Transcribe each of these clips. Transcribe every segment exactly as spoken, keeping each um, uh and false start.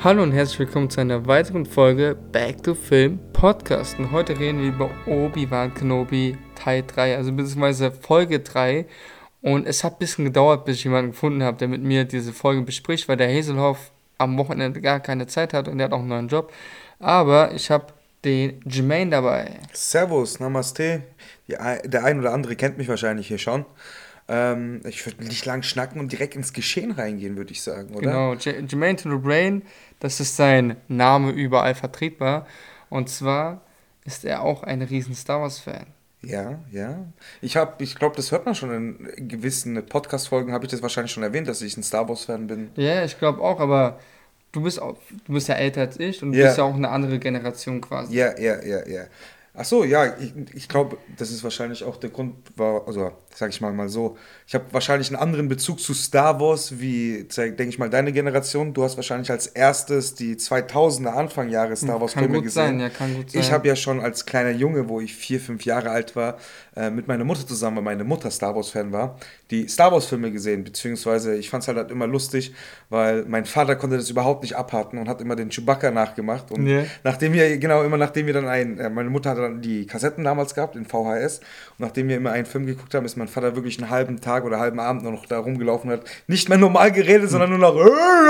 Hallo und herzlich willkommen zu einer weiteren Folge Back to Film Podcast. Und heute reden wir über Obi-Wan Kenobi Teil drei, also beziehungsweise Folge drei. Und es hat ein bisschen gedauert, bis ich jemanden gefunden habe, der mit mir diese Folge bespricht, weil der Haselhoff am Wochenende gar keine Zeit hat und der hat auch einen neuen Job. Aber ich habe den Jermaine dabei. Servus, Namaste. Die, ei- der ein oder andere kennt mich wahrscheinlich hier schon. Ähm, ich würde nicht lang schnacken und direkt ins Geschehen reingehen, würde ich sagen, oder? Genau, J- Jermaine to the Brain, das ist sein Name überall vertretbar. Und zwar ist er auch ein riesen Star Wars-Fan. Ja, ja. Ich habe, ich glaube, das hört man schon in gewissen Podcast-Folgen, habe ich das wahrscheinlich schon erwähnt, dass ich ein Star Wars-Fan bin. Ja, ich glaube auch, aber du bist auch, du bist ja älter als ich und du bist ja Ja, auch eine andere Generation quasi. ja, ja, ja, ja. Ach so, ja, ich, ich glaube, das ist wahrscheinlich auch der Grund, war, also sag ich mal mal so, ich habe wahrscheinlich einen anderen Bezug zu Star Wars, wie, denke ich mal, deine Generation. Du hast wahrscheinlich als erstes die zweitausender Anfangjahre Star Wars Kann Filme gut sein, gesehen. ja, kann gut Ich sein. habe ja schon als kleiner Junge, wo ich vier, fünf Jahre alt war, äh, mit meiner Mutter zusammen, weil meine Mutter Star Wars Fan war, die Star Wars Filme gesehen, beziehungsweise ich fand es halt, halt immer lustig, weil mein Vater konnte das überhaupt nicht abhaken und hat immer den Chewbacca nachgemacht und Ja. nachdem wir, genau, immer nachdem wir dann ein, äh, meine Mutter hatte dann die Kassetten damals gehabt in V H S und nachdem wir immer einen Film geguckt haben, ist mein Vater wirklich einen halben Tag oder halben Abend nur noch da rumgelaufen und hat nicht mehr normal geredet, sondern nur noch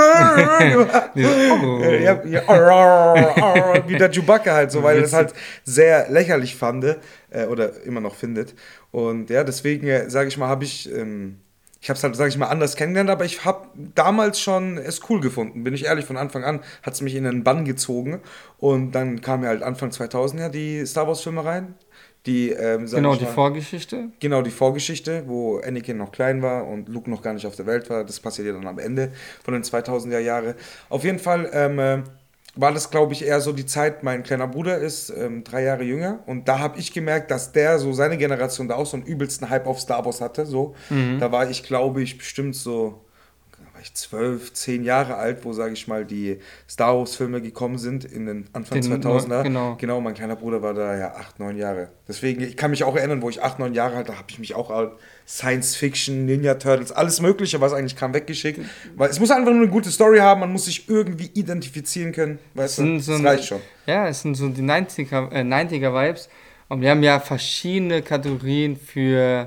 Diese, äh, oh. ja, ja, wie der Chewbacca halt so, weil er das Witzig. halt sehr lächerlich fand äh, oder immer noch findet. Und ja, deswegen äh, sage ich mal, habe ich, ähm, ich habe es halt, sage ich mal, anders kennengelernt, aber ich habe damals schon es cool gefunden, bin ich ehrlich, von Anfang an hat es mich in den Bann gezogen und dann kam ja halt Anfang zweitausend ja die Star Wars Filme rein, die, ähm, sage Genau, ich die mal, Vorgeschichte. genau die Vorgeschichte, wo Anakin noch klein war und Luke noch gar nicht auf der Welt war. Das passiert ja dann am Ende von den zweitausender Jahre. Auf jeden Fall ähm, äh, war das, glaube ich, eher so die Zeit, mein kleiner Bruder ist ähm, drei Jahre jünger und da habe ich gemerkt, dass der so seine Generation da auch so einen übelsten Hype auf Star Wars hatte. So. Mhm. Da war ich, glaube ich, bestimmt so war ich zwölf, zehn Jahre alt, wo, sage ich mal, die Star Wars-Filme gekommen sind in den Anfang Den, Neu- zweitausender. genau. Genau, mein kleiner Bruder war da ja acht, neun Jahre. Deswegen, ich kann mich auch erinnern, wo ich acht, neun Jahre alt, da habe ich mich auch an Science Fiction, Ninja Turtles, alles Mögliche, was eigentlich kam, weggeschickt. Weil es muss einfach nur eine gute Story haben, man muss sich irgendwie identifizieren können, Es weißt du? sind so Das eine, reicht schon. ja, es sind so die neunziger, äh, neunziger Vibes. Und wir haben ja verschiedene Kategorien für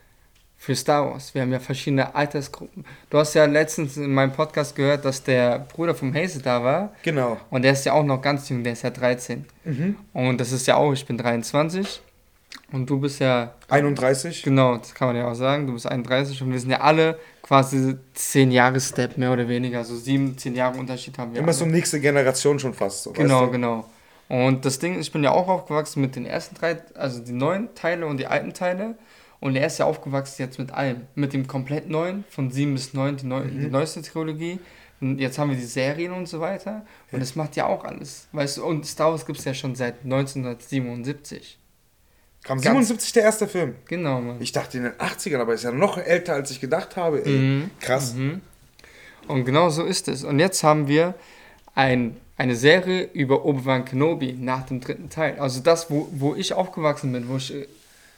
Für Star Wars. Wir haben ja verschiedene Altersgruppen. Du hast ja letztens in meinem Podcast gehört, dass der Bruder vom Hazel da war. Genau. Und der ist ja auch noch ganz jung, der ist ja dreizehn. Mhm. Und das ist ja auch, ich bin dreiundzwanzig. Und du bist ja, einunddreißig. genau, das kann man ja auch sagen, du bist einunddreißig. Und wir sind ja alle quasi zehn Jahre Step, mehr oder weniger. Also sieben, zehn Jahre Unterschied haben wir Immer so alle. nächste Generation schon fast, so, weißt Genau, du? genau. Und das Ding, ich bin ja auch aufgewachsen mit den ersten drei, also die neuen Teile und die alten Teile. Und er ist ja aufgewachsen jetzt mit allem. Mit dem komplett neuen, von sieben bis neun, die, neu, die Mhm. neueste Trilogie. Und jetzt haben wir die Serien und so weiter. Und Ja. das macht ja auch alles. Weißt du, und Star Wars gibt es ja schon seit neunzehnhundertsiebenundsiebzig. Kam Ganz siebenundsiebzig der erste Film. genau, Mann. Ich dachte in den achtzigern, aber ist ja noch älter, als ich gedacht habe, ey. Mhm. Krass. Mhm. Und genau so ist es. Und jetzt haben wir ein, eine Serie über Obi-Wan Kenobi nach dem dritten Teil. Also das, wo, wo ich aufgewachsen bin, wo ich äh,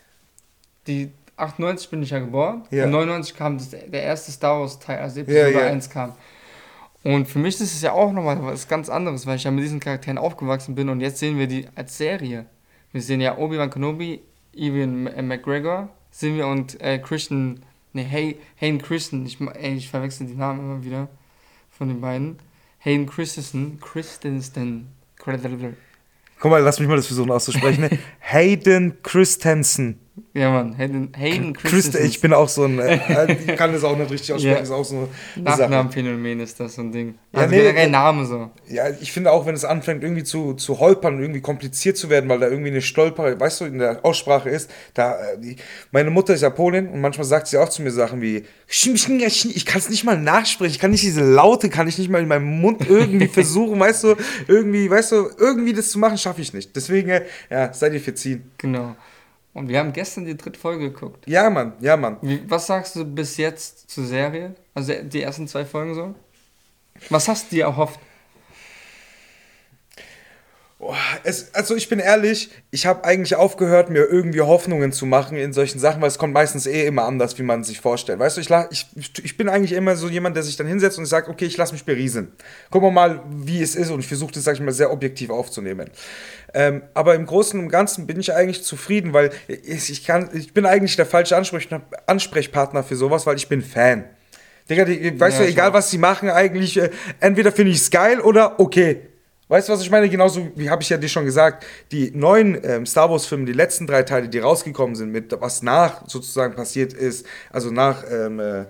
die achtundneunzig bin ich ja geboren Ja. und neunundneunzig kam das, der erste Star Wars Teil, also Ja, Episode ja. eins kam. Und für mich ist es ja auch nochmal was ganz anderes, weil ich ja mit diesen Charakteren aufgewachsen bin und jetzt sehen wir die als Serie. Wir sehen ja Obi-Wan Kenobi, Ewan M- McGregor, sehen wir und äh, Christian, ne, Hay, Hayden Christensen, ich, ma- ey, ich verwechsel die Namen immer wieder von den beiden. Hayden Christensen, Christensen, Guck mal, lass mich mal das versuchen auszusprechen. Ne? Hayden Christensen. ja Mann, Hayden, Hayden Christ, Christensen. ich bin auch so ein, äh, ich kann das auch nicht richtig aussprechen, Ja. ist auch so eine Sache. Nachnamenphänomen ist das so ein Ding. Ja, Also nee, generell äh, Name so. Ja, ich finde auch, wenn es anfängt irgendwie zu, zu holpern und irgendwie kompliziert zu werden, weil da irgendwie eine Stolper, weißt du, in der Aussprache ist, da, äh, die, meine Mutter ist ja Polin und manchmal sagt sie auch zu mir Sachen wie, ich kann es nicht mal nachsprechen, ich kann nicht diese Laute, kann ich nicht mal in meinem Mund irgendwie versuchen, weißt du, irgendwie, weißt du, irgendwie das zu machen, schaffe ich nicht. Deswegen, äh, ja, seid ihr verziehen. Genau. Und wir haben gestern die dritte Folge geguckt. Ja, Mann, ja, Mann. Wie, was sagst du bis jetzt zur Serie? Also die ersten zwei Folgen so? Was hast du dir erhofft? Oh, es, also ich bin ehrlich, ich habe eigentlich aufgehört, mir irgendwie Hoffnungen zu machen in solchen Sachen, weil es kommt meistens eh immer anders, wie man sich vorstellt. Weißt du, ich, la- ich, ich bin eigentlich immer so jemand, der sich dann hinsetzt und sagt, okay, ich lasse mich berieseln. Gucken wir mal, wie es ist und ich versuche das, sag ich mal, sehr objektiv aufzunehmen. Ähm, aber im Großen und Ganzen bin ich eigentlich zufrieden, weil ich, ich, kann, ich bin eigentlich der falsche Ansprech, Ansprechpartner für sowas, weil ich bin Fan. Digga, die, weißt Ja, du, ich egal auch. was sie machen, eigentlich, äh, entweder finde ich es geil oder okay. Weißt du, was ich meine? Genauso wie habe ich ja dir schon gesagt, die neuen ähm, Star Wars-Filme, die letzten drei Teile, die rausgekommen sind, mit was nach sozusagen passiert ist, also nach ähm, äh,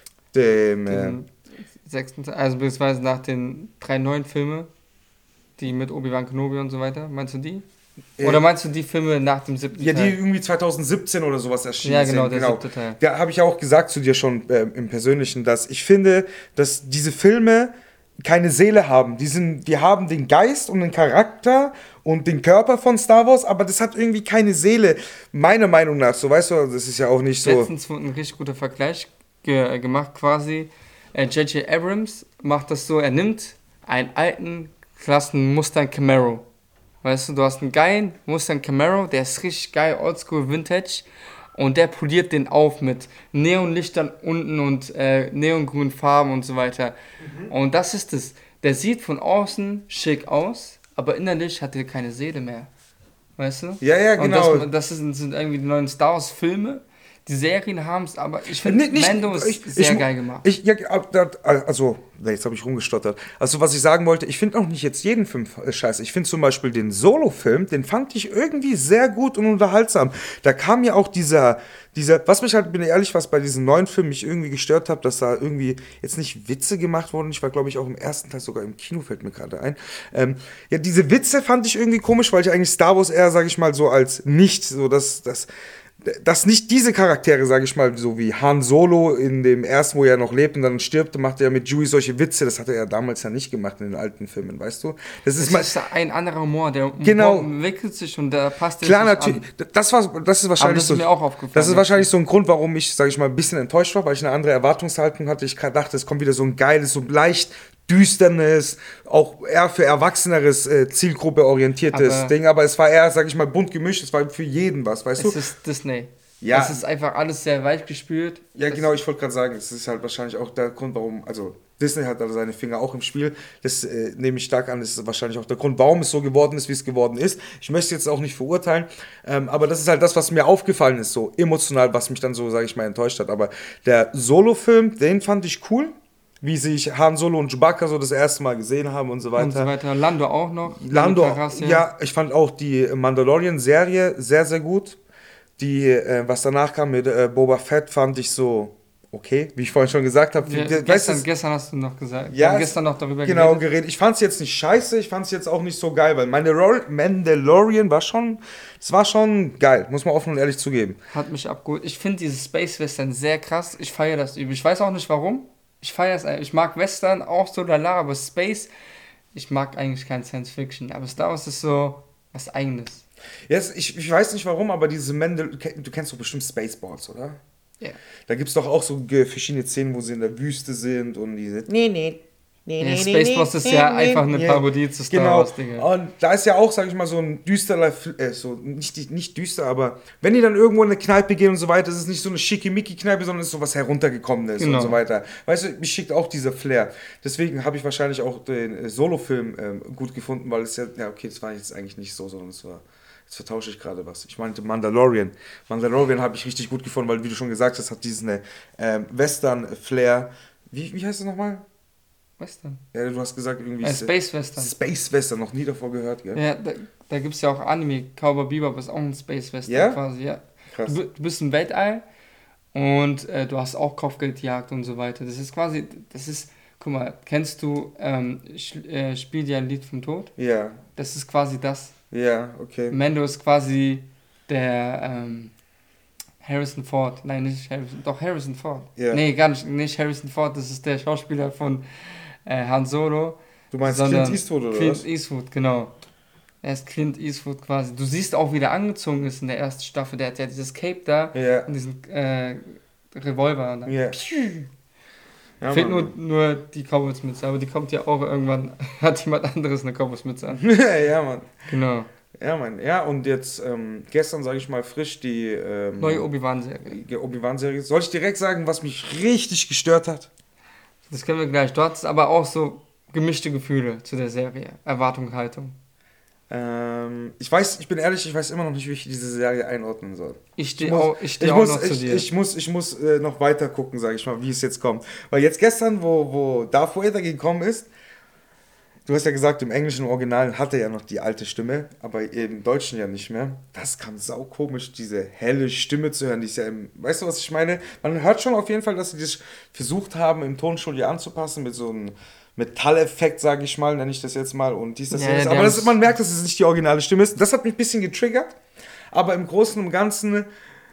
dem. Äh, Den sechsten, Teil, also beziehungsweise nach den drei neuen Filmen, die mit Obi-Wan Kenobi und so weiter. Meinst du die? Oder äh, meinst du die Filme nach dem siebten ja, die Teil? irgendwie zwanzig siebzehn oder sowas erschienen Ja, genau, sind. der Genau. siebte Teil. Da habe ich ja auch gesagt zu dir schon äh, im Persönlichen, dass ich finde, dass diese Filme keine Seele haben. Die, sind, die haben den Geist und den Charakter und den Körper von Star Wars, aber das hat irgendwie keine Seele, meiner Meinung nach. So, weißt du, das ist ja auch nicht so. Letztens wurde ein richtig guter Vergleich ge gemacht, quasi. Äh, J J. Abrams macht das so, er nimmt einen alten, klassen Mustang Camaro. Weißt du, du hast einen geilen Mustang Camaro, der ist richtig geil, oldschool, vintage. Und der poliert den auf mit Neonlichtern unten und äh, neongrünen Farben und so weiter. Und das ist es. Der sieht von außen schick aus, aber innerlich hat er keine Seele mehr. Weißt du? Ja, ja, genau. Und das, das ist, sind irgendwie die neuen Star Wars Filme. Die Serien haben es, aber ich finde, Nicht- nicht- Mando ist ich- sehr ich- geil gemacht. Ich, ja, ab- da- also, nee, jetzt habe ich rumgestottert. Also, was ich sagen wollte, ich finde auch nicht jetzt jeden Film äh, scheiße. Ich finde zum Beispiel den Solo-Film, den fand ich irgendwie sehr gut und unterhaltsam. Da kam ja auch dieser, dieser, was mich halt, bin ich ehrlich, was bei diesen neuen Filmen mich irgendwie gestört hat, dass da irgendwie jetzt nicht Witze gemacht wurden. Ich war, glaube ich, auch im ersten Teil sogar im Kino, fällt mir gerade ein. Ähm, ja, diese Witze fand ich irgendwie komisch, weil ich eigentlich Star Wars eher, sage ich mal, so als nicht, so das, das dass nicht diese Charaktere, sage ich mal, so wie Han Solo in dem ersten, wo er noch lebt und dann stirbt, macht er mit Chewie solche Witze. Das hat er ja damals ja nicht gemacht in den alten Filmen, weißt du? Das ist Es mal, ist ein anderer Humor, der Genau. Humor entwickelt sich und da passt er klar, sich natürlich. an. Das, war, das ist wahrscheinlich das ist so. mir auch aufgefallen, Das ist ja. wahrscheinlich so ein Grund, warum ich, sage ich mal, ein bisschen enttäuscht war, weil ich eine andere Erwartungshaltung hatte. Ich dachte, es kommt wieder so ein geiles, so leicht düsternes, auch eher für erwachseneres, äh, Zielgruppe orientiertes Aber- Ding. Aber es war eher, sage ich mal, bunt gemischt. Es war für jeden was, weißt du? Es ist Disney. Ja. Es ist einfach alles sehr weich gespült. Ja, Das- genau, ich wollte gerade sagen, es ist halt wahrscheinlich auch der Grund, warum, also Disney hat da seine Finger auch im Spiel, das äh, nehme ich stark an, das ist wahrscheinlich auch der Grund, warum es so geworden ist, wie es geworden ist. Ich möchte es jetzt auch nicht verurteilen, ähm, aber das ist halt das, was mir aufgefallen ist, so emotional, was mich dann so, sage ich mal, enttäuscht hat. Aber der Solo-Film, den fand ich cool, wie sich Han Solo und Chewbacca so das erste Mal gesehen haben und so weiter. und so weiter. Lando auch noch. Lando, Mit Carassian. ja, ich fand auch die Mandalorian-Serie sehr, sehr gut. Die, äh, was danach kam mit äh, Boba Fett, fand ich so okay, wie ich vorhin schon gesagt habe. Ja, weißt gestern, du, gestern hast du noch gesagt. Ja, Wir haben es- gestern noch darüber genau, geredet. geredet. Ich fand es jetzt nicht scheiße, ich fand es jetzt auch nicht so geil, weil Mandalor Mandalorian war schon, es war schon geil, muss man offen und ehrlich zugeben. Hat mich abgeholt. Ich finde dieses Space Western sehr krass. Ich feiere das übel. Ich weiß auch nicht warum. Ich feiere es. Ich mag Western auch so lala, aber Space, ich mag eigentlich kein Science Fiction. Aber Star Wars ist so was Eigenes. Jetzt, ich, ich weiß nicht warum, aber diese Mandal du kennst doch bestimmt Spaceballs, oder? Ja. Da gibt es doch auch so ge- verschiedene Szenen, wo sie in der Wüste sind und diese. Nee, nee. Nee, Ja, Spaceballs ist ja einfach eine Parodie zu Star Genau. Wars, Digga. Und da ist ja auch, sag ich mal, so ein düsterer, Fl- äh, so nicht, nicht düster, aber wenn die dann irgendwo in eine Kneipe gehen und so weiter, ist es nicht so eine schickimicki-Kneipe, sondern es ist so was Heruntergekommenes Genau. und so weiter. Weißt du, mich schickt auch dieser Flair. Deswegen habe ich wahrscheinlich auch den äh, Solo-Film ähm, gut gefunden, weil es ja, ja, okay, das war jetzt eigentlich nicht so, sondern es war. Jetzt vertausche ich gerade was. Ich meinte Mandalorian. Mandalorian habe ich richtig gut gefunden, weil, wie du schon gesagt hast, hat diesen ähm, Western-Flair. Wie, wie heißt es nochmal? Western. Ja, du hast gesagt irgendwie. Äh, Space Western. Space Western, noch nie davor gehört, gell? Ja, da, da gibt es ja auch Anime. Cowboy Bebop ist auch ein Space Western Ja? quasi, ja. Krass. Du, bi- du bist im Weltall und äh, du hast auch Kopfgeldjagd und so weiter. Das ist quasi, das ist, guck mal, kennst du, ähm, sch, äh, Spiel dir ein Lied vom Tod? Ja, Das ist quasi das. ja, okay. Mando ist quasi der ähm, Harrison Ford. Nein, nicht Harrison, doch Harrison Ford. Ja. Nee, gar nicht, nicht Harrison Ford, das ist der Schauspieler von äh, Han Solo. Du meinst sondern Clint Eastwood oder Clint was? Eastwood, genau. Er ist Clint Eastwood quasi. Du siehst auch, wie der angezogen ist in der ersten Staffel. Der hat ja dieses Cape da Ja. und diesen äh, Revolver. Und dann Ja. Ja, Fehlt nur, Mann. nur die Cowboys-Mütze, aber die kommt ja auch irgendwann, hat jemand anderes eine Cowboys-Mütze an. Ja, Mann. Genau. Ja, Mann. Ja, und jetzt ähm, gestern, sage ich mal, frisch die Neue ähm, Obi-Wan-Serie. die Obi-Wan-Serie. Soll ich direkt sagen, was mich richtig gestört hat? Das können wir gleich. Du hattest aber auch so gemischte Gefühle zu der Serie. Erwartung, Haltung. Ähm, ich weiß, ich bin ehrlich, ich weiß immer noch nicht, wie ich diese Serie einordnen soll. Ich Ich stehe muss, auch, ich steh ich auch muss, noch zu ich, dir. ich muss, ich muss äh, noch weiter gucken, sage ich mal, wie es jetzt kommt. Weil jetzt gestern, wo, wo Darth Vader gekommen ist, du hast ja gesagt, im englischen Original hat er ja noch die alte Stimme, aber im Deutschen ja nicht mehr. Das kam sau komisch, diese helle Stimme zu hören, die ist ja im, weißt du, was ich meine? Man hört schon auf jeden Fall, dass sie das versucht haben, im Tonstudio anzupassen mit so einem Metalleffekt, sage ich mal, nenne ich das jetzt mal, und dies, das, Ja, jenes. die Aber das, haben's- man merkt, dass es nicht die originale Stimme ist. Das hat mich ein bisschen getriggert, aber im Großen und Ganzen,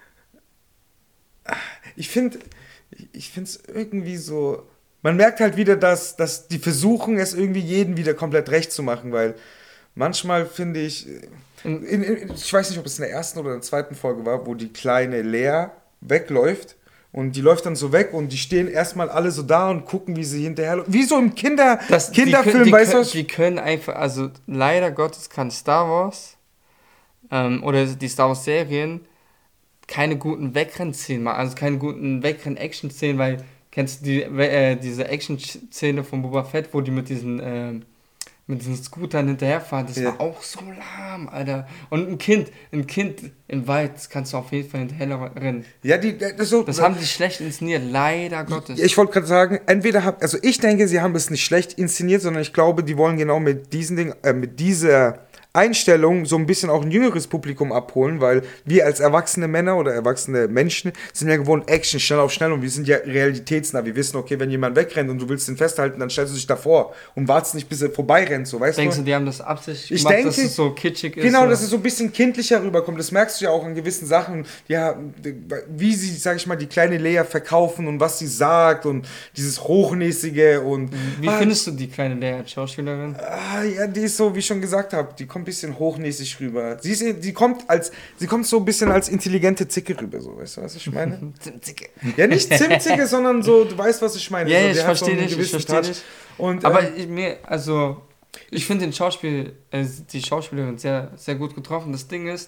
ich finde, ich finde es irgendwie so, man merkt halt wieder, dass, dass die versuchen, es irgendwie jeden wieder komplett recht zu machen, weil manchmal finde ich, in, in, ich weiß nicht, ob es in der ersten oder in der zweiten Folge war, wo die kleine Lea wegläuft. Und die läuft dann so weg und die stehen erstmal alle so da und gucken, wie sie hinterher. Wie so im Kinder, Das, Kinderfilm, die, können- die, weißt du können- was? die können einfach, also leider Gottes kann Star Wars ähm, oder die Star Wars Serien keine guten Wegrenn-Szenen machen, also keine guten Wegrenn-Action-Szenen, weil kennst du die, äh, diese Action-Szene von Boba Fett, wo die mit diesen, ähm, mit diesen Scootern hinterherfahren, das Ja. war auch so lahm, Alter. Und ein Kind, ein Kind im Wald, das kannst du auf jeden Fall hinterher rennen. Ja, die, das, ist so, Das haben die schlecht inszeniert, leider Gottes. ich wollte gerade sagen, entweder haben, also ich denke, sie haben es nicht schlecht inszeniert, sondern ich glaube, die wollen genau mit diesen Ding, äh, mit dieser Einstellung so ein bisschen auch ein jüngeres Publikum abholen, weil wir als erwachsene Männer oder erwachsene Menschen sind ja gewohnt, Action, schnell auf schnell, und wir sind ja realitätsnah. Wir wissen, okay, wenn jemand wegrennt und du willst ihn festhalten, dann stellst du dich davor und wartest nicht, bis er vorbeirennt, so, weißt Denkst du? du, die haben das absichtlich Ich gemacht, denke- dass es so kitschig ist? Genau, oder? dass es so ein bisschen kindlicher rüberkommt. Das merkst du ja auch an gewissen Sachen. Ja, wie sie, sag ich mal, die kleine Lea verkaufen und was sie sagt und dieses Hochnäsige und. Wie ah, findest du die kleine Lea als Schauspielerin? Ah, ja, die ist so, wie ich schon gesagt habe, die kommt ein bisschen hochnäsig rüber. Sie, ist, die kommt als, sie kommt so ein bisschen als intelligente Zicke rüber, so, weißt du, was ich meine? Zimtzicke. Ja, nicht Zimtzicke, sondern so, du weißt, was ich meine. Ja, so, ja, die ich hat so verstehe einen dich, ich gewissen verstehe Touch. dich. Und, Aber ähm, ich, mir, also, ich finde den Schauspiel, äh, die Schauspielerin sehr, sehr gut getroffen. Das Ding ist,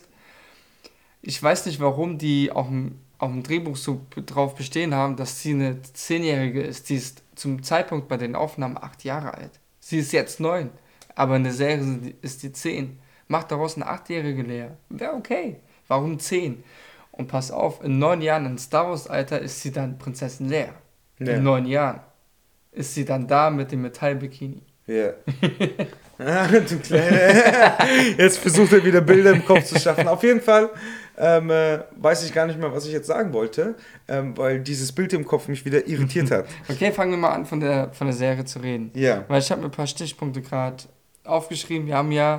ich weiß nicht, warum die auf dem, auf dem Drehbuch so drauf bestehen haben, dass sie eine Zehnjährige ist. Die ist zum Zeitpunkt bei den Aufnahmen acht Jahre alt. Sie ist jetzt neun, aber in der Serie sind die- ist die zehn. Macht daraus eine achtjährige Lea. Wäre okay. Warum zehn? Und pass auf, in neun Jahren, im Star Wars Alter, ist sie dann Prinzessin Lea. Ja. In neun Jahren ist sie dann da mit dem Metallbikini. ja. Ah, du Kleine. Jetzt versucht er wieder Bilder im Kopf zu schaffen. Auf jeden Fall ähm, äh, weiß ich gar nicht mehr, was ich jetzt sagen wollte, ähm, weil dieses Bild im Kopf mich wieder irritiert hat. Okay, fangen wir mal an, von der, von der Serie zu reden. Ja. Weil ich habe mir ein paar Stichpunkte gerade aufgeschrieben. Wir haben ja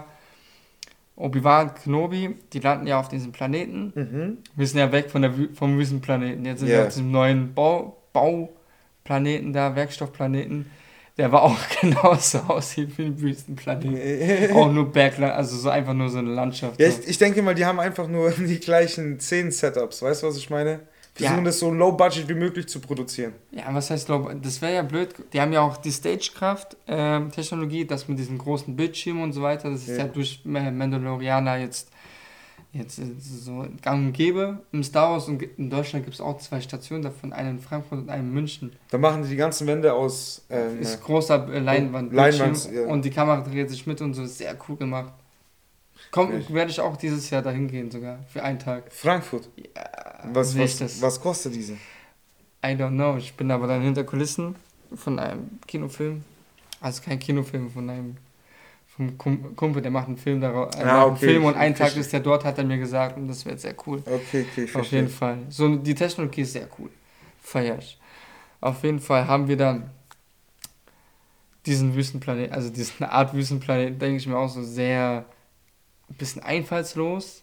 Obi-Wan Kenobi, die landen ja auf diesem Planeten. Mhm. Wir sind ja weg von der, Wü- vom Wüstenplaneten. Jetzt sind Ja. wir auf diesem neuen Bau, Bauplaneten da, Werkstoffplaneten. Der war auch genauso aussieht wie ein Wüstenplanet. Auch nur Bergland, also so einfach nur so eine Landschaft. Ja, so. ich, ich denke mal, die haben einfach nur die gleichen Szenen-Setups. Weißt du, was ich meine? Versuchen Ja. das so low budget wie möglich zu produzieren. Ja, was heißt, glaub, das wäre ja blöd. Die haben ja auch die Stagecraft-Technologie, das mit diesen großen Bildschirmen und so weiter. Das ist ja, Ja. durch Ma- Mandalorianer jetzt, jetzt äh, so gang und gäbe. Im Star Wars und in Deutschland gibt es auch zwei Stationen davon, eine in Frankfurt und eine in München. Da machen die die ganzen Wände aus. Ähm, Ist großer äh, Leinwand, Leinwand, Bildschirm ja. und die Kamera dreht sich mit und so, ist sehr cool gemacht. Kommt, werde ich auch dieses Jahr dahin gehen sogar, für einen Tag. Frankfurt. Ja, Was, sehe ich was, das. was kostet diese? I don't know. Ich bin aber dann hinter Kulissen von einem Kinofilm. Also kein Kinofilm, von einem vom Kum- Kumpel, der macht einen Film daraus. Äh, Ah, macht einen okay, Film und ich einen Tag verstehe. ist der dort, hat er mir gesagt, und das wird sehr cool. Okay, okay, ich Auf verstehe. jeden Fall. So, die Technologie ist sehr cool. Feier ich. Auf jeden Fall haben wir dann diesen Wüstenplanet, also diesen Art Wüstenplanet, denke ich mir auch so sehr ein bisschen einfallslos.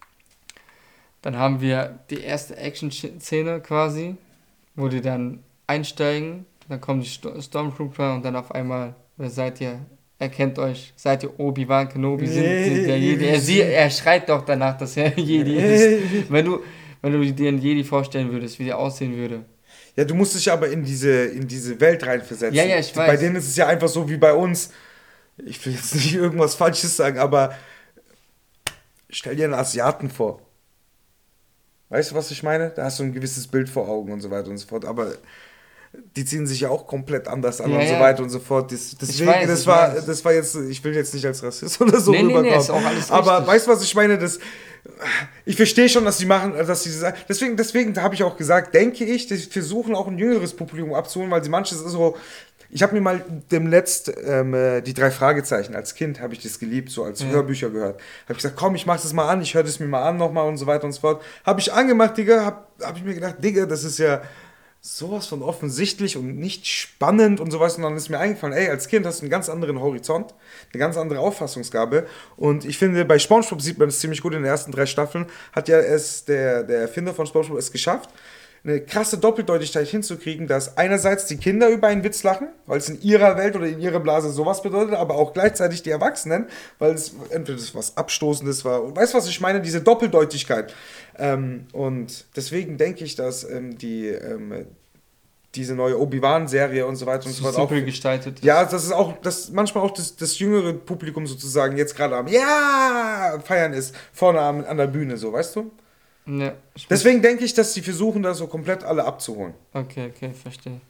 Dann haben wir die erste Action-Szene quasi, wo die dann einsteigen, dann kommen die Sto- Stormtrooper und dann auf einmal, wer seid ihr? Erkennt euch, seid ihr Obi-Wan Kenobi, sind, sind der Jedi. Er, sie, er schreit doch danach, dass er Jedi ist. Wenn du, wenn du dir einen Jedi vorstellen würdest, wie der aussehen würde. Ja, du musst dich aber in diese, in diese Welt reinversetzen. Ja, ja, ich weiß. Bei denen ist es ja einfach so wie bei uns. Ich will jetzt nicht irgendwas Falsches sagen, aber stell dir einen Asiaten vor. Weißt du, was ich meine? Da hast du ein gewisses Bild vor Augen und so weiter und so fort. Aber die ziehen sich ja auch komplett anders an Ja, und so ja. weiter und so fort. Das, deswegen, weiß, das ich war, weiß. das war jetzt, ich will jetzt nicht als Rassist oder so Nee, nee, nee, rüberkommen. ist auch alles aber richtig. weißt du, was ich meine? Das, ich verstehe schon, dass sie machen, dass sie deswegen, deswegen habe ich auch gesagt, denke ich, die versuchen auch ein jüngeres Publikum abzuholen, weil sie manches ist so. Ich habe mir mal demnächst ähm, äh, die drei Fragezeichen als Kind habe ich das geliebt, so als Ja. Hörbücher gehört. Habe ich gesagt, komm, ich mach das mal an, ich höre das mir mal an nochmal und so weiter und so fort. Habe ich angemacht, Digga, habe hab ich mir gedacht, Digga, das ist ja sowas von offensichtlich und nicht spannend und sowas. Und dann ist mir eingefallen, ey, als Kind hast du einen ganz anderen Horizont, eine ganz andere Auffassungsgabe. Und ich finde, bei SpongeBob sieht man es ziemlich gut in den ersten drei Staffeln. Hat ja es, der, der Erfinder von SpongeBob es geschafft, eine krasse Doppeldeutigkeit hinzukriegen, dass einerseits die Kinder über einen Witz lachen, weil es in ihrer Welt oder in ihrer Blase sowas bedeutet, aber auch gleichzeitig die Erwachsenen, weil es entweder das was Abstoßendes war. Und weißt du, was ich meine? Diese Doppeldeutigkeit. Ähm, und deswegen denke ich, dass ähm, die ähm, diese neue Obi-Wan-Serie und so weiter und so fort auch simpel gestaltet. ja, das ist auch, das manchmal auch das, das jüngere Publikum sozusagen jetzt gerade am ja feiern ist, vorne an, an der Bühne, so, weißt du? Ja, ich Deswegen denke ich, dass sie versuchen, da so komplett alle abzuholen. Okay, okay, verstehe.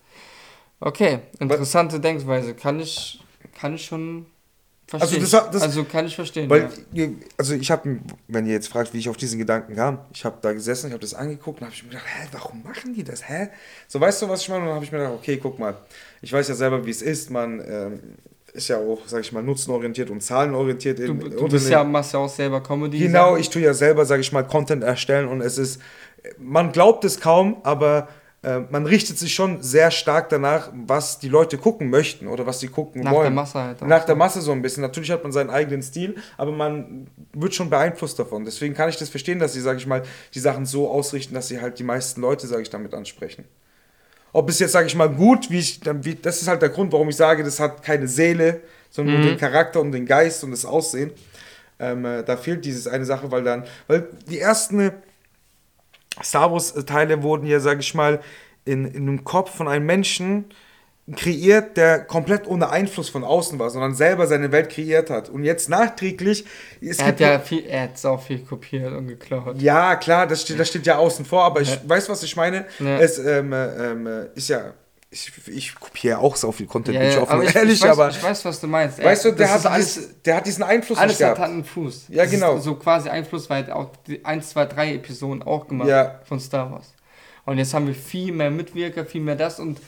Okay, interessante Denkweise. Kann ich, kann ich schon verstehen. Also, das, das, also kann ich verstehen. weil, ja. also ich habe, wenn ihr jetzt fragt, wie ich auf diesen Gedanken kam, ich habe da gesessen, ich habe das angeguckt und habe ich mir gedacht, hä, warum machen die das, hä? So, weißt du, was ich meine? Und dann habe ich mir gedacht, okay, guck mal, ich weiß ja selber, wie es ist, man ähm, ist ja auch, sag ich mal, nutzenorientiert und zahlenorientiert. Du, in, du bist ja, machst ja auch selber Comedy. Genau, ich tue ja selber, sage ich mal, Content erstellen und es ist, man glaubt es kaum, aber äh, man richtet sich schon sehr stark danach, was die Leute gucken möchten oder was sie gucken Nach wollen. der Masse halt auch. Nach der Masse so ein bisschen. Natürlich hat man seinen eigenen Stil, aber man wird schon beeinflusst davon. Deswegen kann ich das verstehen, dass sie, sage ich mal, die Sachen so ausrichten, dass sie halt die meisten Leute, sage ich, damit ansprechen. Ob es jetzt, sage ich mal, gut, wie ich, wie, das ist halt der Grund, warum ich sage, das hat keine Seele, sondern Mhm. nur den Charakter und den Geist und das Aussehen. Ähm, äh, da fehlt dieses eine Sache, weil dann, weil die ersten Star Wars Teile wurden ja, sage ich mal, in, in einem Kopf von einem Menschen kreiert, der komplett ohne Einfluss von außen war, sondern selber seine Welt kreiert hat. Und jetzt nachträglich... Es Er hat ja viel, er hat auch viel kopiert und geklaut. ja, klar, das steht, das steht ja außen vor, aber ich Ja. weiß, was ich meine. Ja. Es ähm, ähm, ist ja... Ich, ich kopiere auch so viel Content, Ja, bin ich ja, offen aber und ich, ehrlich, ich, weiß, aber... ich weiß, was du meinst. Weißt du, der Das hat, ist alles, alles, der hat diesen Einfluss alles nicht hat gehabt. einen Fuß. Ja, Das genau. Ist so quasi Einfluss, weil auch die eins, zwei, drei Episoden auch gemacht Ja. von Star Wars. Und jetzt haben wir viel mehr Mitwirker, viel mehr das und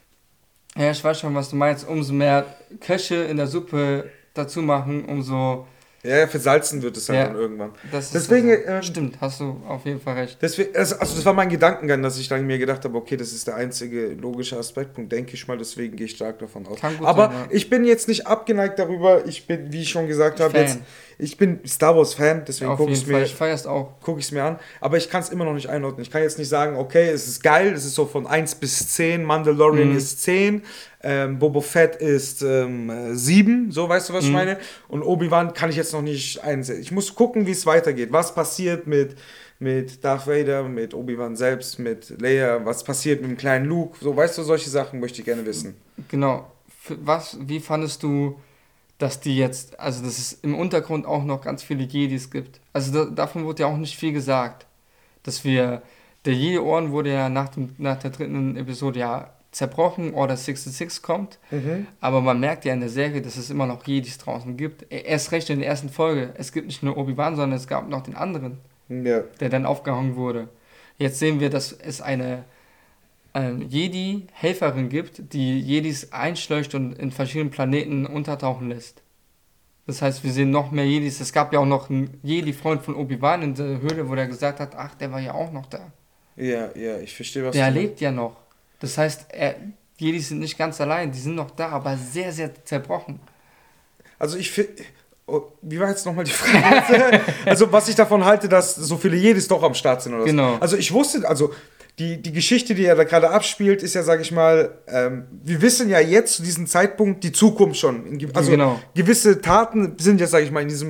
ja, ich weiß schon, was du meinst. Umso mehr Köche in der Suppe dazu machen, umso... Ja, ja, versalzen wird es dann, Ja. dann irgendwann. Das ist Deswegen, also, ähm, stimmt, hast du auf jeden Fall recht. Deswegen, also also das war mein Gedankengang, dass ich dann mir gedacht habe, okay, das ist der einzige logische Aspektpunkt, denke ich mal, deswegen gehe ich stark davon aus. Kann gut Aber sein, ja. ich bin jetzt nicht abgeneigt darüber, ich bin, wie ich schon gesagt habe, Fan. jetzt, ich bin Star Wars Fan, deswegen Auf gucke jeden ich Fall, mir ich feier's auch. gucke ich es mir an, aber ich kann es immer noch nicht einordnen. Ich kann jetzt nicht sagen, okay, es ist geil, es ist so von eins bis zehn, Mandalorian Mhm. ist zehn, ähm, Boba Fett ist ähm, äh, sieben, so, weißt du, was ich Mhm. meine? Und Obi-Wan kann ich jetzt noch nicht einsehen. Ich muss gucken, wie es weitergeht. Was passiert mit, mit Darth Vader, mit Obi-Wan selbst, mit Leia, was passiert mit dem kleinen Luke, so, weißt du, solche Sachen möchte ich gerne wissen. Genau. Für was, wie fandest du, dass die jetzt, also dass es im Untergrund auch noch ganz viele Jedis gibt? Also da, davon wurde ja auch nicht viel gesagt. Dass wir, der Jedi-Orden wurde ja nach, dem, nach der dritten Episode ja zerbrochen, Order sechsundsechzig kommt. Mhm. Aber man merkt ja in der Serie, dass es immer noch Jedis draußen gibt. Erst recht in der ersten Folge. Es gibt nicht nur Obi-Wan, sondern es gab noch den anderen, Ja. der dann aufgehangen wurde. Jetzt sehen wir, dass es eine ähm, Jedi-Helferin gibt, die Jedis einschleucht und in verschiedenen Planeten untertauchen lässt. Das heißt, wir sehen noch mehr Jedis. Es gab ja auch noch einen Jedi-Freund von Obi-Wan in der Höhle, wo der gesagt hat, ach, der war ja auch noch da. Ja, ja, ich verstehe, was Der du lebt ja noch. Das heißt, er, Jedis sind nicht ganz allein, die sind noch da, aber sehr, sehr zerbrochen. Also ich finde, oh, wie war jetzt nochmal die Frage? Also was ich davon halte, dass so viele Jedis doch am Start sind oder Genau. so. Also ich wusste, also die, die Geschichte, die er da gerade abspielt, ist ja, sage ich mal, ähm, wir wissen ja jetzt zu diesem Zeitpunkt die Zukunft schon. In ge- Also Genau. gewisse Taten sind ja, sage ich mal, in diesem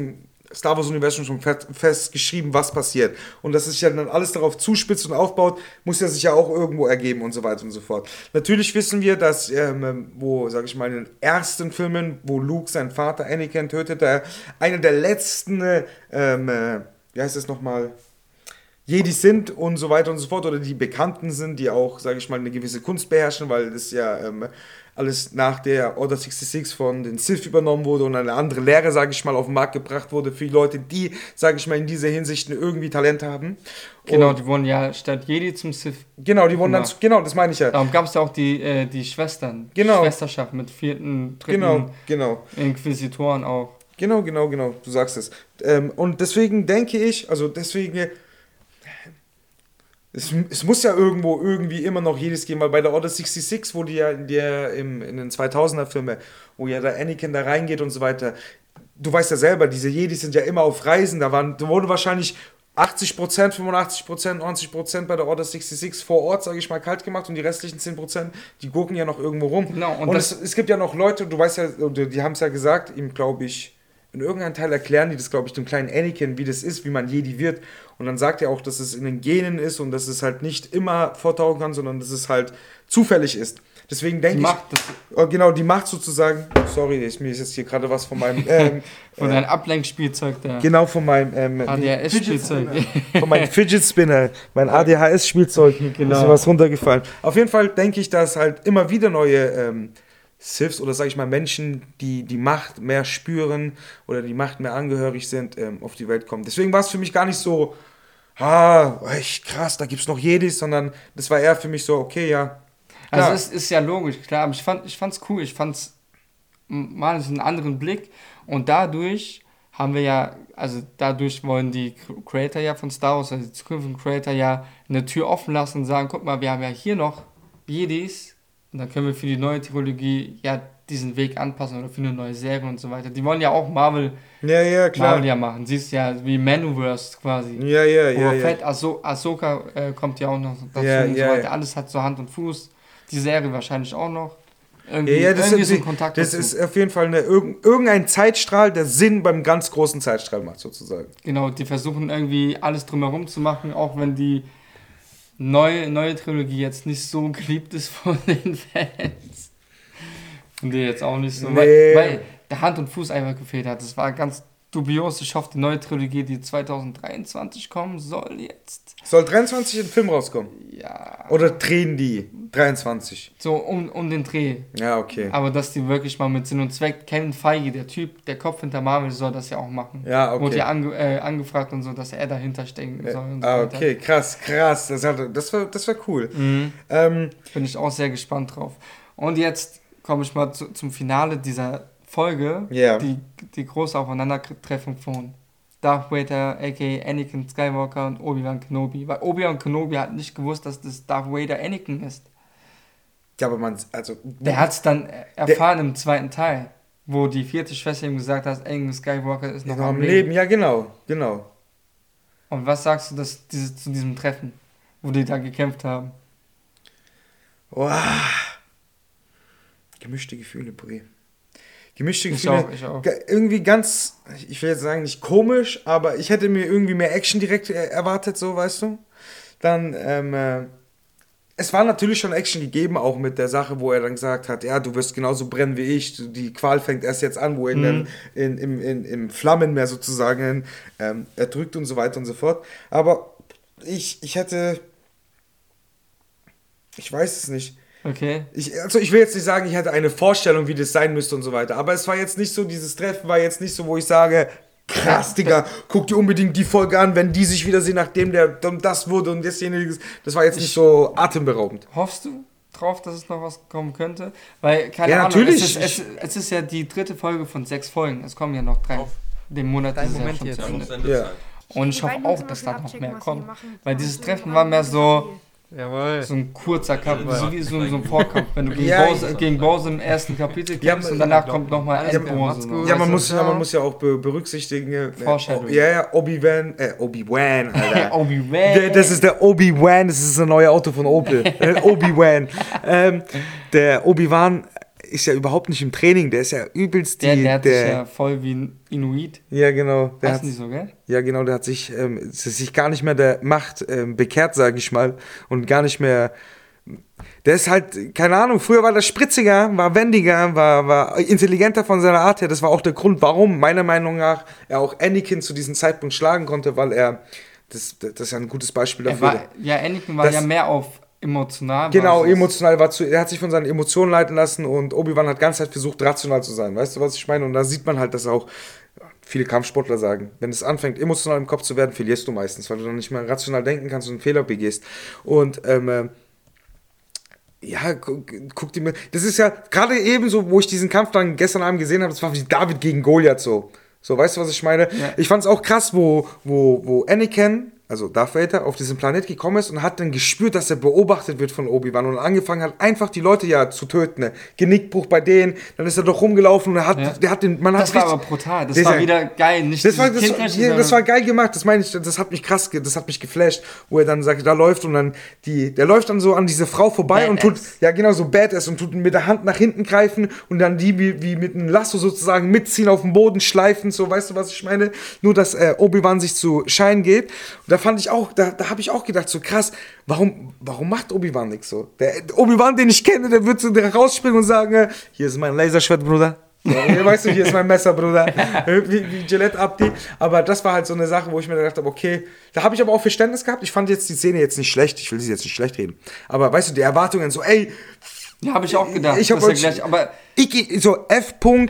Star Wars-Universum schon fest, festgeschrieben, was passiert. Und dass sich ja dann alles darauf zuspitzt und aufbaut, muss ja sich ja auch irgendwo ergeben und so weiter und so fort. Natürlich wissen wir, dass, ähm, wo, sag ich mal, in den ersten Filmen, wo Luke seinen Vater Anakin tötet, der einer der letzten, ähm, äh, wie heißt das nochmal, Jedi sind und so weiter und so fort, oder die Bekannten sind, die auch, sage ich mal, eine gewisse Kunst beherrschen, weil das ja ähm, alles nach der Order sechsundsechzig von den Sith übernommen wurde und eine andere Lehre, sage ich mal, auf den Markt gebracht wurde für die Leute, die, sage ich mal, in dieser Hinsicht irgendwie Talent haben. Genau, und die wurden ja statt Jedi zum Sith. Genau, die wurden dann, genau, das meine ich ja. Darum gab es ja auch die, äh, die Schwestern, genau. Schwesterschaft mit vierten, dritten genau, genau. Inquisitoren auch. Genau, genau, genau, du sagst es. Ähm, und deswegen denke ich, also deswegen... Es, es muss ja irgendwo irgendwie immer noch jedes geben, weil bei der Order sechsundsechzig wurde ja in, der, im, in den zweitausender-Filmen, wo ja der Anakin da reingeht und so weiter, du weißt ja selber, diese Jedis sind ja immer auf Reisen, da, waren, da wurde wahrscheinlich achtzig Prozent, fünfundachtzig Prozent, neunzig Prozent bei der Order sechsundsechzig vor Ort, sage ich mal, kalt gemacht und die restlichen zehn Prozent, die gucken ja noch irgendwo rum. Genau, und und das es, es gibt ja noch Leute, du weißt ja, die haben es ja gesagt, ihm glaube ich, in irgendeinem Teil erklären die das, glaube ich, dem kleinen Anakin, wie das ist, wie man Jedi wird. Und dann sagt er auch, dass es in den Genen ist und dass es halt nicht immer vortauchen kann, sondern dass es halt zufällig ist. Deswegen denke ich... Macht das. Oh, genau, die Macht sozusagen... Sorry, ich, mir ist jetzt hier gerade was von meinem... Ähm, von deinem Ablenkspielzeug da. Genau, von meinem... Ähm, A D H S-Spielzeug. Von meinem Fidget Spinner, mein A D H S-Spielzeug. Genau. Ist was runtergefallen. Auf jeden Fall denke ich, dass halt immer wieder neue... Ähm, Siths oder sage ich mal Menschen, die die Macht mehr spüren oder die Macht mehr angehörig sind, ähm, auf die Welt kommen. Deswegen war es für mich gar nicht so, ah, echt krass, da gibt es noch Jedis, sondern das war eher für mich so, okay, ja. Klar. Also es ist ja logisch, klar, aber ich fand ich fand's cool, ich fand's mal einen anderen Blick und dadurch haben wir ja, also dadurch wollen die Creator ja von Star Wars, also die zukünftigen Creator ja eine Tür offen lassen und sagen, guck mal, wir haben ja hier noch Jedis. Und dann können wir für die neue Trilogie ja diesen Weg anpassen oder für eine neue Serie und so weiter. Die wollen ja auch Marvel ja, ja, klar. Marvel ja machen. Siehst ja, wie Manuverse quasi. Ja, ja, ja. Aber Fett, Ahso- Ahsoka äh, kommt ja auch noch dazu ja, und so ja, weiter. ja. Alles hat so Hand und Fuß. Die Serie wahrscheinlich auch noch. Irgendwie, ja, ja, das, irgendwie ist, so ein Kontakt das dazu. ist auf jeden Fall eine, irgendein Zeitstrahl, der Sinn beim ganz großen Zeitstrahl macht, sozusagen. Genau, die versuchen irgendwie alles drumherum zu machen, auch wenn die neue, neue Trilogie jetzt nicht so geliebt ist von den Fans. Von dir jetzt auch nicht so. Nee. Weil, weil der Hand und Fuß einfach gefehlt hat. Das war ganz dubios. Ich hoffe, die neue Trilogie, die zwanzig dreiundzwanzig kommen soll jetzt. Soll dreiundzwanzig in den Film rauskommen? Ja. Oder drehen die dreiundzwanzig? So um, um den Dreh. Ja, okay. Aber dass die wirklich mal mit Sinn und Zweck, Kevin Feige, der Typ, der Kopf hinter Marvel, soll das ja auch machen. Ja, okay. Wurde ja ange, äh, angefragt und so, dass er dahinter stecken soll. Und so ah, weiter. okay, krass, krass. Das, hat, das wäre das wär cool. Mhm. Ähm, Bin ich auch sehr gespannt drauf. Und jetzt komme ich mal zu, zum Finale dieser Folge. Yeah. Die, die große Aufeinandertreffung von Darth Vader, aka Anakin Skywalker und Obi-Wan Kenobi. Weil Obi-Wan Kenobi hat nicht gewusst, dass das Darth Vader Anakin ist. ja, aber man, also... Der hat es dann erfahren im zweiten Teil, wo die vierte Schwester ihm gesagt hat, Anakin Skywalker ist noch noch am am Leben. Leben. Ja, genau, genau. Und was sagst du dass diese, zu diesem Treffen, wo die da gekämpft haben? Wow. Gemischte Gefühle, Bre. Gemischte Ich Gefühle. auch, ich auch. Ge- Irgendwie ganz, ich will jetzt sagen, nicht komisch, aber ich hätte mir irgendwie mehr Action direkt äh, erwartet, so, weißt du. Dann, ähm, äh, es war natürlich schon Action gegeben, auch mit der Sache, wo er dann gesagt hat, ja, du wirst genauso brennen wie ich, du- die Qual fängt erst jetzt an, wo er ihn Mhm. dann in, in, in, im Flammenmeer sozusagen ähm, erdrückt und so weiter und so fort. Aber ich, ich hätte, ich weiß es nicht. Okay. Ich, also ich will jetzt nicht sagen, ich hatte eine Vorstellung, wie das sein müsste und so weiter, aber es war jetzt nicht so, dieses Treffen war jetzt nicht so, wo ich sage, krass, Digga, guck dir unbedingt die Folge an, wenn die sich wiedersehen, nachdem der dann das wurde und dasjenige, das war jetzt nicht so atemberaubend. Hoffst du drauf, dass es noch was kommen könnte? Weil, keine Ja, Ahnung, natürlich. Es, ist, es, es ist ja die dritte Folge von sechs Folgen. Es kommen ja noch drei. Auf Den Monat deinen ist es ja Moment schon jetzt. zu Auf Ende. Sendezeit. Und ich Die hoffe beiden auch, müssen dass mal da noch abchecken, mehr was die kommt. machen. Weil Das dieses ist Treffen so war mehr so, Jawohl. so ein kurzer Kampf, Ja, so wie so, so ein Vorkampf. Wenn du gegen, Ja, Bowser, gegen Bowser im ersten Kapitel Ja, kämpfst aber- und danach kommt nochmal Ja, Endbowser. macht's gut. noch. Ja, man Also, muss, ja, ja. man muss ja auch be berücksichtigen, äh, Foreshadowing. ja, ja, Obi-Wan, äh, Obi-Wan, Alter. Obi-Wan. Der, das ist der Obi-Wan, das ist das neue Auto von Opel. Äh, Obi-Wan. Ähm, der Obi-Wan ist ja überhaupt nicht im Training, der ist ja übelst die... Der, der hat der, sich ja voll wie ein Inuit. Ja, genau. Der Heißt hat, nicht so, gell? Ja, genau, der hat sich, ähm, sich gar nicht mehr der Macht ähm, bekehrt, sage ich mal. Und gar nicht mehr... Der ist halt, keine Ahnung, früher war der spritziger, war wendiger, war, war intelligenter von seiner Art her. Das war auch der Grund, warum, meiner Meinung nach, er auch Anakin zu diesem Zeitpunkt schlagen konnte, weil er... Das, das ist ja ein gutes Beispiel dafür. Er war, ja, Anakin war das, ja mehr auf emotional. Genau, Basis. emotional war zu, er hat sich von seinen Emotionen leiten lassen und Obi-Wan hat die ganze Zeit versucht, rational zu sein. Weißt du, was ich meine? Und da sieht man halt, dass auch viele Kampfsportler sagen, wenn es anfängt, emotional im Kopf zu werden, verlierst du meistens, weil du dann nicht mehr rational denken kannst und einen Fehler begehst. Und, ähm, ja, guck, guck dir mal, das ist ja gerade eben so, wo ich diesen Kampf dann gestern Abend gesehen habe, das war wie David gegen Goliath so. So, weißt du, was ich meine? Ja. Ich fand es auch krass, wo, wo, wo Anakin, also Darth Vader, auf diesen Planet gekommen ist und hat dann gespürt, dass er beobachtet wird von Obi-Wan und angefangen hat, einfach die Leute ja zu töten. Ne? Genickbruch bei denen, dann ist er doch rumgelaufen und er hat, ja. der hat den, man das hat war richtig, aber brutal, das war wieder geil. Nicht das, war, das, ja, das war geil gemacht, das meine ich, das hat mich krass, das hat mich geflasht, wo er dann sagt, da läuft und dann, die, der läuft dann so an diese Frau vorbei Badass. Und tut, ja genau, so Badass und tut mit der Hand nach hinten greifen und dann die wie, wie mit einem Lasso sozusagen mitziehen, auf den Boden schleifen, so, weißt du, was ich meine? Nur, dass äh, Obi-Wan sich zu Schein geht. Und da fand ich auch, da, da habe ich auch gedacht, so krass, warum, warum macht Obi-Wan nichts so? Der Obi-Wan, den ich kenne, der wird so rausspringen und sagen, äh, hier ist mein Laserschwert, Bruder. Ja, weißt du, hier ist mein Messer, Bruder. Wie, wie Gillette Abdi. Aber das war halt so eine Sache, wo ich mir gedacht habe, okay, da habe ich aber auch Verständnis gehabt. Ich fand jetzt die Szene jetzt nicht schlecht. Ich will sie jetzt nicht schlecht reden. Aber weißt du, die Erwartungen so, ey. Ja, habe ich auch gedacht. Ich habe gleich, aber ich, so F. U.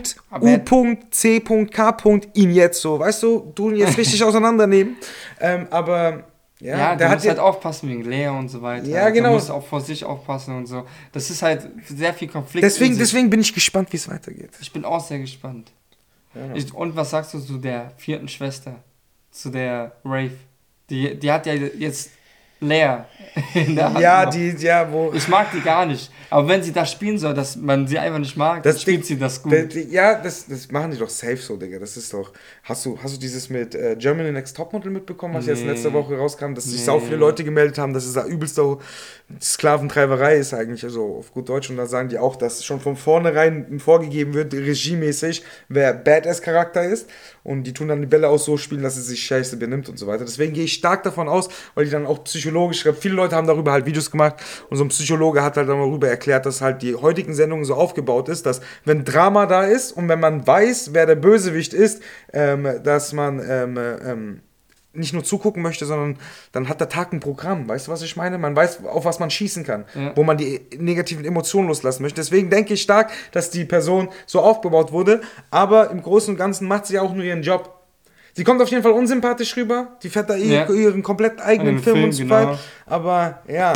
C. K. ihn jetzt so, weißt du, du ihn jetzt richtig auseinandernehmen. Ähm, aber ja, ja, der du hat musst halt aufpassen wegen Lea und so weiter. Ja, genau. Du musst auch vor sich aufpassen und so. Das ist halt sehr viel Konflikt. Deswegen, deswegen bin ich gespannt, wie es weitergeht. Ich bin auch sehr gespannt. Ja. Ich, und was sagst du zu der vierten Schwester? Zu der Rave? Die, die hat ja jetzt Lea in der Hand. Ja, die, ja, wo. Ich mag die gar nicht. Aber wenn sie das spielen soll, dass man sie einfach nicht mag, das dann spielt Ding, sie das gut. Die, die, ja, das, das machen die doch safe so, Digga. Das ist doch. Hast du, hast du dieses mit äh, Germany Next Topmodel mitbekommen, was nee. jetzt letzte Woche rauskam, dass sich nee. sau viele Leute gemeldet haben, dass es da übelste Sklaventreiberei ist eigentlich, also auf gut Deutsch. Und da sagen die auch, dass schon von vornherein vorgegeben wird, regiemäßig, wer Badass-Charakter ist. Und die tun dann die Bälle auch so spielen, dass sie sich scheiße benimmt und so weiter. Deswegen gehe ich stark davon aus, weil die dann auch psychologisch, viele Leute haben darüber halt Videos gemacht und so ein Psychologe hat halt darüber erklärt, dass halt die heutigen Sendungen so aufgebaut ist, dass wenn Drama da ist und wenn man weiß, wer der Bösewicht ist, ähm, dass man ähm, ähm, nicht nur zugucken möchte, sondern dann hat der Tag ein Programm, weißt du, was ich meine? Man weiß, auf was man schießen kann, ja. wo man die negativen Emotionen loslassen möchte. Deswegen denke ich stark, dass die Person so aufgebaut wurde, aber im Großen und Ganzen macht sie auch nur ihren Job. Sie kommt auf jeden Fall unsympathisch rüber, die fährt da ja. ihren komplett eigenen Film, Film und so weiter, genau. Aber ja,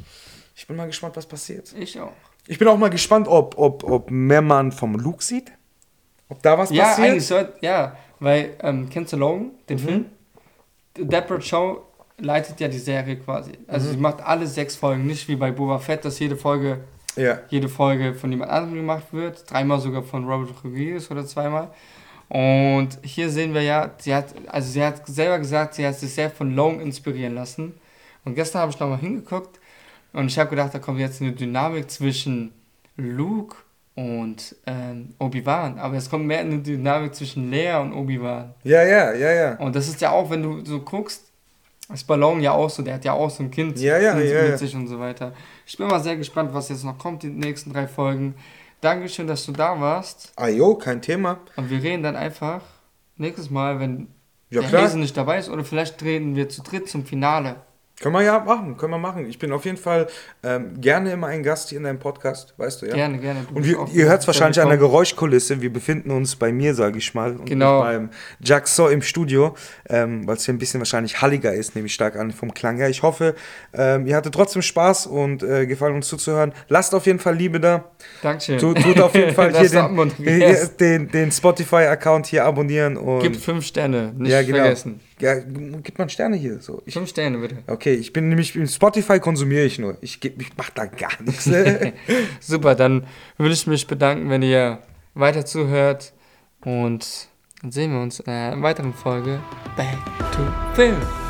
ich bin mal gespannt, was passiert. Ich auch. Ich bin auch mal gespannt, ob, ob, ob mehr man vom Luke sieht, ob da was ja, passiert. Eigentlich soll, ja, weil, ähm, kennst du Logan, den mhm. Film? Deborah Chow leitet ja die Serie quasi. Also mhm. sie macht alle sechs Folgen, nicht wie bei Boba Fett, dass jede Folge, ja. jede Folge von jemand anderem gemacht wird. Dreimal sogar von Robert Rodriguez oder zweimal. Und hier sehen wir ja, sie hat, also sie hat selber gesagt, sie hat sich sehr von Logan inspirieren lassen. Und gestern habe ich nochmal hingeguckt und ich habe gedacht, da kommt jetzt eine Dynamik zwischen Luke und ähm, Obi-Wan, aber es kommt mehr eine Dynamik zwischen Lea und Obi-Wan. Ja, ja, ja, ja. Und das ist ja auch, wenn du so guckst, ist bei Logan ja auch so, der hat ja auch so ein Kind ja, ja, mit, ja, mit ja. sich und so weiter. Ich bin mal sehr gespannt, was jetzt noch kommt, die nächsten drei Folgen. Dankeschön, dass du da warst. Ah jo, kein Thema. Und wir reden dann einfach nächstes Mal, wenn ja, der klar. Hazel nicht dabei ist, oder vielleicht reden wir zu dritt zum Finale. Können wir ja machen, können wir machen. Ich bin auf jeden Fall ähm, gerne immer ein Gast hier in deinem Podcast, weißt du, ja? Gerne, gerne. Du und wir, ihr hört es wahrscheinlich an der Geräuschkulisse. Wir befinden uns bei mir, sage ich mal, und genau. beim Jackson im Studio, ähm, weil es hier ein bisschen wahrscheinlich halliger ist, nehme ich stark an vom Klang her. Ich hoffe, ähm, ihr hattet trotzdem Spaß und äh, gefallen, uns zuzuhören. Lasst auf jeden Fall Liebe da. Dankeschön. Tut, tut auf jeden Fall hier den, den, den, den Spotify-Account hier abonnieren. Und gibt fünf Sterne, nicht ja, genau. vergessen. Ja, gibt man Sterne hier. So. Ich, Fünf Sterne, bitte. Okay, ich bin nämlich, Spotify konsumiere ich nur. Ich, ich mach da gar nichts. Super, dann würde ich mich bedanken, wenn ihr weiter zuhört. Und dann sehen wir uns in einer weiteren Folge Back to Film.